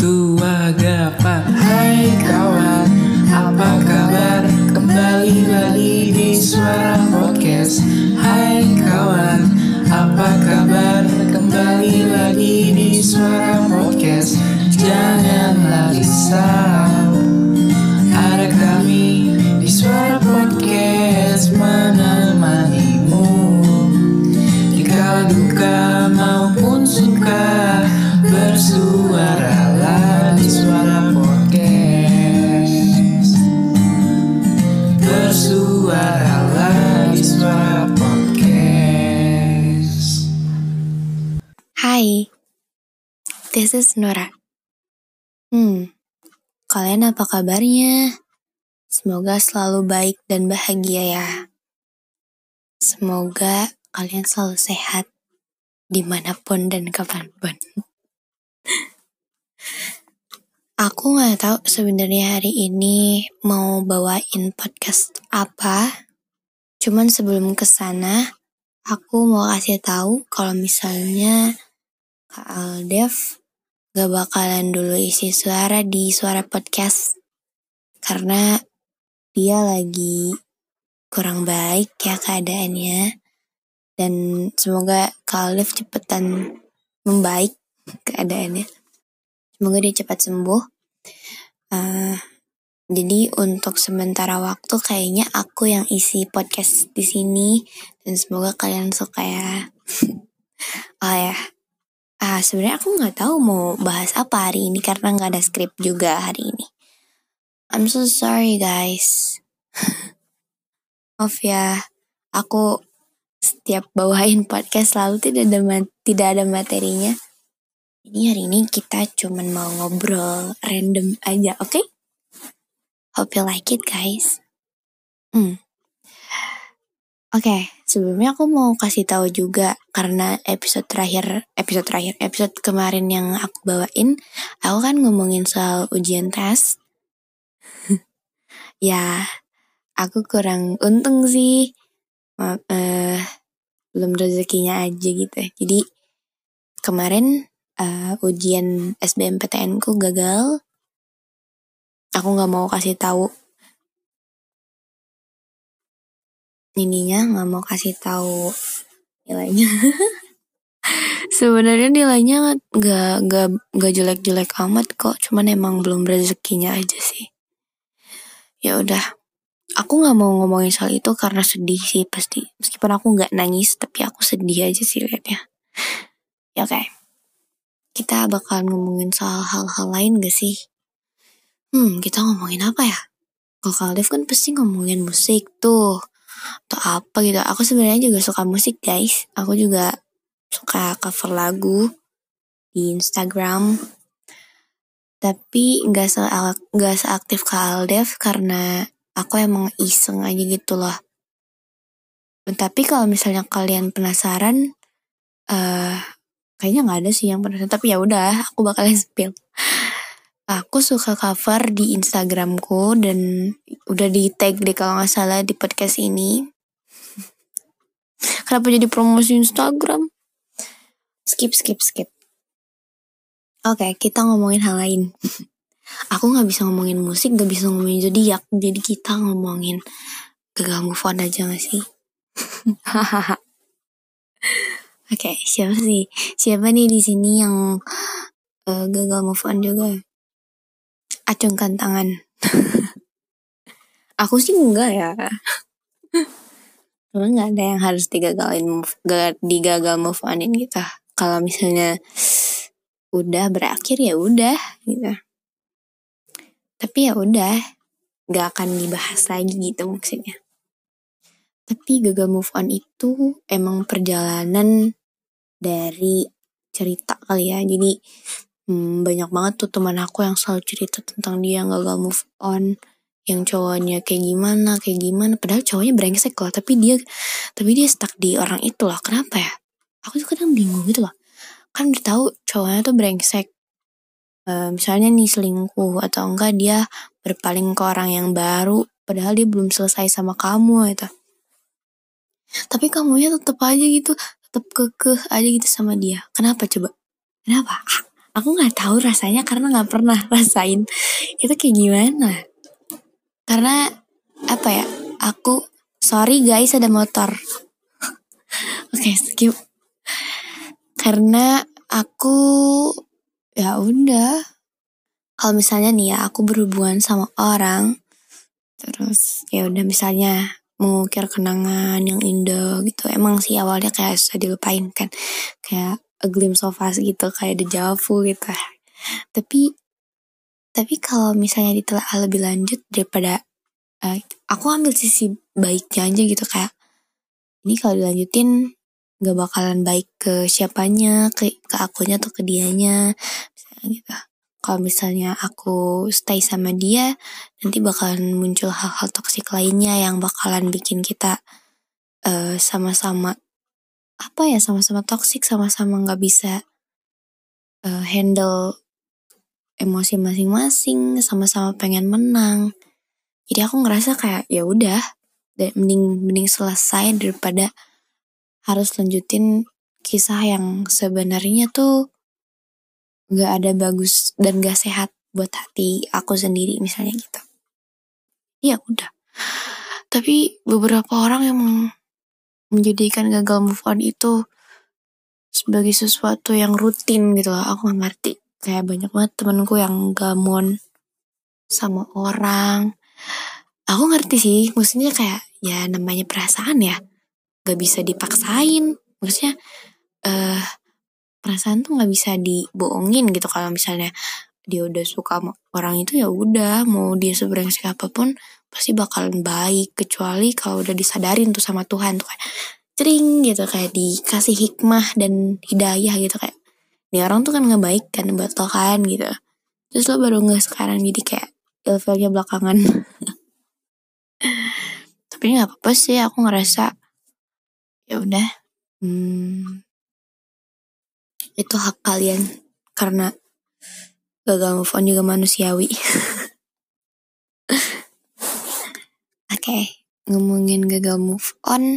Waktu agapa. Hai kawan, apa kabar? Kembali lagi di Suara Podcast. Hai kawan, apa kabar? Kembali lagi di Suara Podcast. Janganlah risau, ada kami di Suara Podcast menemanimu di kala duka maupun suka. Bersuaralah di Suara Podcast. Bersuaralah di Suara Podcast. Hai, this is Nora. Kalian apa kabarnya? Semoga selalu baik dan bahagia ya. Semoga kalian selalu sehat dimanapun dan kapanpun. Aku nggak tahu sebenarnya hari ini mau bawain podcast apa. Cuman sebelum kesana, aku mau kasih tahu kalau misalnya Kak Aldev gak bakalan dulu isi suara di Suara Podcast karena dia lagi kurang baik ya keadaannya, dan semoga Kak Aldev cepetan membaik keadaannya. Semoga dia cepat sembuh. Jadi untuk sementara waktu kayaknya aku yang isi podcast di sini, dan semoga kalian suka ya. Sebenarnya aku nggak tahu mau bahas apa hari ini karena nggak ada skrip juga hari ini. I'm so sorry guys. Maaf ya, aku setiap bawain podcast selalu tidak ada materinya. Jadi hari ini kita cuman mau ngobrol random aja, oke? Hope you like it guys. Oke, sebelumnya aku mau kasih tahu juga karena episode kemarin yang aku bawain, aku kan ngomongin soal ujian tes. Ya, aku kurang untung sih. Belum rezekinya aja gitu. Jadi kemarin ujian SBMPTN ku gagal. Aku nggak mau kasih tahu nggak mau kasih tahu nilainya. Sebenarnya nilainya nggak jelek-jelek amat kok, cuman emang belum rezekinya aja sih. Ya udah, aku nggak mau ngomongin soal itu karena sedih sih pasti. Meskipun aku nggak nangis, tapi aku sedih aja sih liatnya. Ya oke. Kita bakal ngomongin soal hal-hal lain gak sih? Kita ngomongin apa ya? Kalau Kak Aldev kan pasti ngomongin musik tuh, atau apa gitu. Aku sebenarnya juga suka musik guys. Aku juga suka cover lagu di Instagram. Tapi gak seaktif Kak Aldev karena aku emang iseng aja gitu loh. Tapi kalau misalnya kalian penasaran, kayaknya nggak ada sih yang penasaran. Tapi ya udah, aku bakalan spill. Aku suka cover di Instagramku dan udah di tag deh kalau nggak salah di podcast ini. Kenapa jadi promosi Instagram? Skip. Oke, kita ngomongin hal lain. Aku nggak bisa ngomongin musik, nggak bisa ngomongin zodiak. Jadi kita ngomongin gagal move on aja nggak sih? Oke, siapa nih di sini yang gagal move on juga? Acungkan tangan. Aku sih enggak ya. Karena nggak ada yang harus digagal move onin gitu. Kalau misalnya udah berakhir ya udah gitu. Tapi ya udah, nggak akan dibahas lagi gitu maksudnya. Tapi gagal move on itu emang perjalanan dari cerita kali ya. Jadi banyak banget tuh teman aku yang selalu cerita tentang dia gagal move on, yang cowoknya kayak gimana, padahal cowoknya brengsek loh, tapi dia stuck di orang itu loh. Kenapa ya? Aku tuh kadang bingung gitu loh. Kan udah tahu cowoknya tuh brengsek, misalnya nih selingkuh atau enggak dia berpaling ke orang yang baru, padahal dia belum selesai sama kamu gitu. Tapi kamunya tetap aja gitu, tetap kekeh aja gitu sama dia. Kenapa coba? Kenapa? Aku nggak tahu rasanya karena nggak pernah rasain itu kayak gimana. Karena apa ya? Sorry guys, ada motor. Oke, skip. Karena aku ya udah. Kalau misalnya nih ya aku berhubungan sama orang, terus ya udah misalnya mengukir kenangan yang indah gitu. Emang sih awalnya kayak susah dilupain kan, kayak a glimpse of us gitu, kayak deja vu gitu. Tapi kalau misalnya ditelaah lebih lanjut daripada aku ambil sisi baiknya aja gitu, kayak ini kalau dilanjutin gak bakalan baik ke siapanya, ke akunya atau ke dianya, misalnya gitu. Kalau misalnya aku stay sama dia, nanti bakalan muncul hal-hal toksik lainnya yang bakalan bikin kita sama-sama sama-sama toksik, sama-sama nggak bisa handle emosi masing-masing, sama-sama pengen menang. Jadi aku ngerasa kayak ya udah, mending selesai daripada harus lanjutin kisah yang sebenarnya tuh gak ada bagus dan gak sehat buat hati aku sendiri misalnya gitu. Ya udah. Tapi beberapa orang yang menjadikan gagal move on itu sebagai sesuatu yang rutin gitu loh. Aku gak ngerti. Kayak banyak banget temenku yang gamon sama orang. Aku ngerti sih, maksudnya kayak ya namanya perasaan ya, gak bisa dipaksain. Maksudnya perasaan tuh nggak bisa dibohongin gitu. Kalau misalnya dia udah suka sama orang itu ya udah, mau dia sebrengsek apapun pasti bakalan baik, kecuali kalau udah disadarin tuh sama Tuhan tuh kayak cering gitu, kayak dikasih hikmah dan hidayah gitu, kayak ini orang tuh kan nggak baik kan buat lo kan gitu, terus lo baru nggak sekarang jadi kayak ilfilnya belakangan. Tapi nggak apa-apa sih, aku ngerasa ya udah, itu hak kalian karena gagal move on juga manusiawi. Oke, ngomongin gagal move on,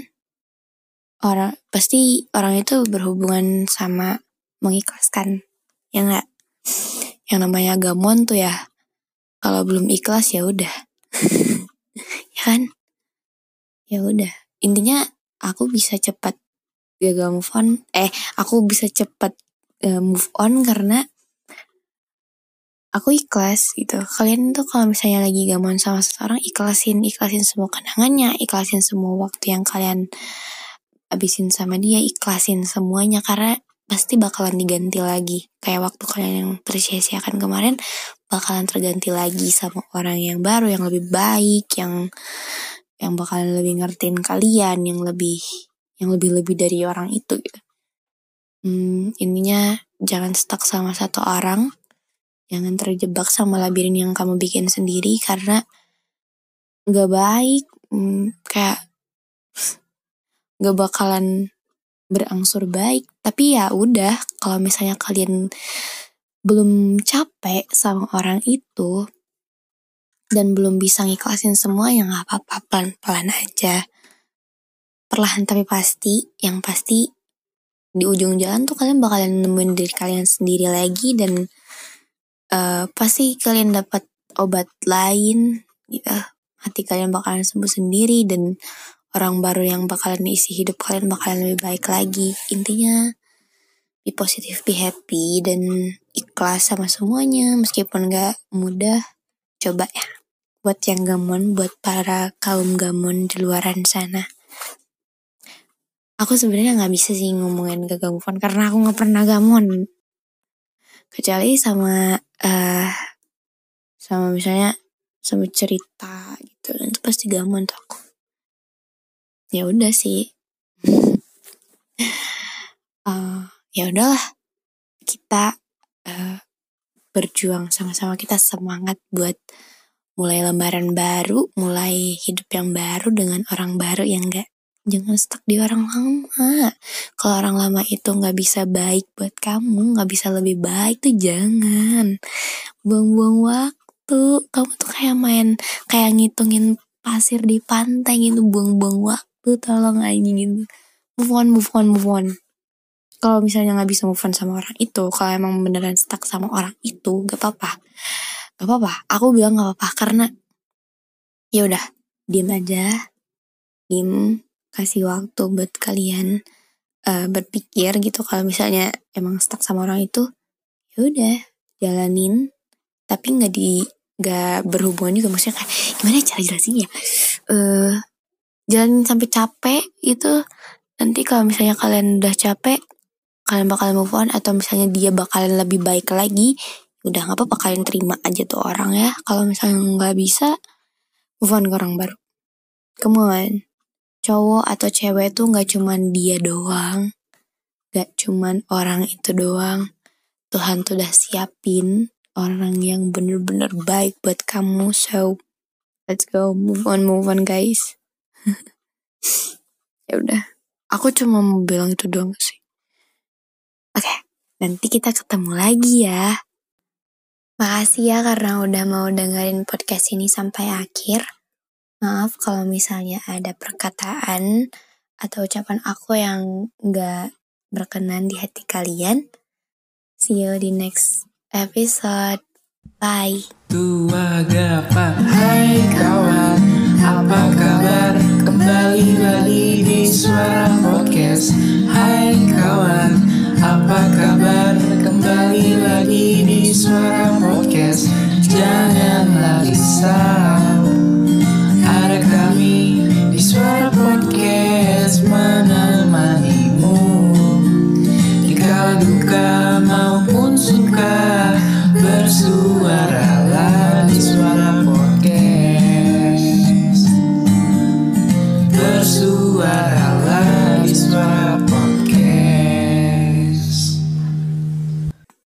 pasti orang itu berhubungan sama mengikhlaskan, ya nggak? Yang namanya gamon tuh ya, kalau belum ikhlas ya udah, ya kan? Ya udah, intinya aku bisa cepat gagal move on, aku bisa cepat move on karena aku ikhlas gitu. Kalian tuh kalau misalnya lagi gamon sama seseorang, ikhlasin semua kenangannya, ikhlasin semua waktu yang kalian habisin sama dia, ikhlasin semuanya, karena pasti bakalan diganti lagi. Kayak waktu kalian yang tersia-siakan kemarin bakalan terganti lagi sama orang yang baru, yang lebih baik, yang bakalan lebih ngertiin kalian, yang lebih dari orang itu gitu. Intinya jangan stuck sama satu orang, jangan terjebak sama labirin yang kamu bikin sendiri, karena gak baik. Kayak gak bakalan berangsur baik. Tapi ya udah, kalau misalnya kalian belum capek sama orang itu dan belum bisa ngikhlasin semua, ya gak apa-apa, pelan-pelan aja, perlahan tapi pasti. Yang pasti di ujung jalan tuh kalian bakalan nemuin diri kalian sendiri lagi, dan pasti kalian dapat obat lain gitu. Hati kalian bakalan sembuh sendiri, dan orang baru yang bakalan isi hidup kalian bakalan lebih baik lagi. Intinya be positive, be happy, dan ikhlas sama semuanya. Meskipun gak mudah, coba ya. Buat yang gamon, buat para kaum gamon di luaran sana. Aku sebenarnya gak bisa sih ngomongin gagal move on karena aku gak pernah gamon. Kecuali sama misalnya sama cerita gitu, itu pasti gamon tuh aku. Ya udah sih. Ya udahlah, kita berjuang sama-sama, kita semangat buat mulai lembaran baru, mulai hidup yang baru dengan orang baru yang jangan stuck di orang lama. Kalau orang lama itu gak bisa baik buat kamu, gak bisa lebih baik tuh jangan buang-buang waktu. Kamu tuh kayak ngitungin pasir di pantai gitu, buang-buang waktu, tolong aja gitu. Move on. Kalau misalnya nggak bisa move on sama orang itu, kalau emang beneran stuck sama orang itu, gak apa-apa. Aku bilang gak apa-apa karena ya udah, diem aja, kasih waktu buat kalian berpikir gitu. Kalau misalnya emang stuck sama orang itu, ya udah jalanin, tapi nggak berhubungan juga. Maksudnya kayak gimana cara jelasinnya? Jalanin sampai capek gitu. Nanti kalau misalnya kalian udah capek, kalian bakal move on, atau misalnya dia bakalan lebih baik lagi, udah nggak apa-apa, kalian terima aja tuh orang ya. Kalau misalnya nggak bisa, move on ke orang baru. Come on, cowok atau cewek tuh nggak cuman dia doang, nggak cuman orang itu doang. Tuhan tuh udah siapin orang yang bener-bener baik buat kamu. So let's go, move on guys. Ya udah, aku cuma mau bilang itu doang sih. Oke, nanti kita ketemu lagi ya. Makasih ya karena udah mau dengerin podcast ini sampai akhir. Maaf kalau misalnya ada perkataan atau ucapan aku yang gak berkenan di hati kalian. See you di next episode. Bye. Tua Gapa, hai kawan, apa kabar? Kembali lagi di Suara Podcast. Hai kawan, apa kabar? Kembali lagi di Suara Podcast. Janganlah risau, ada kabar.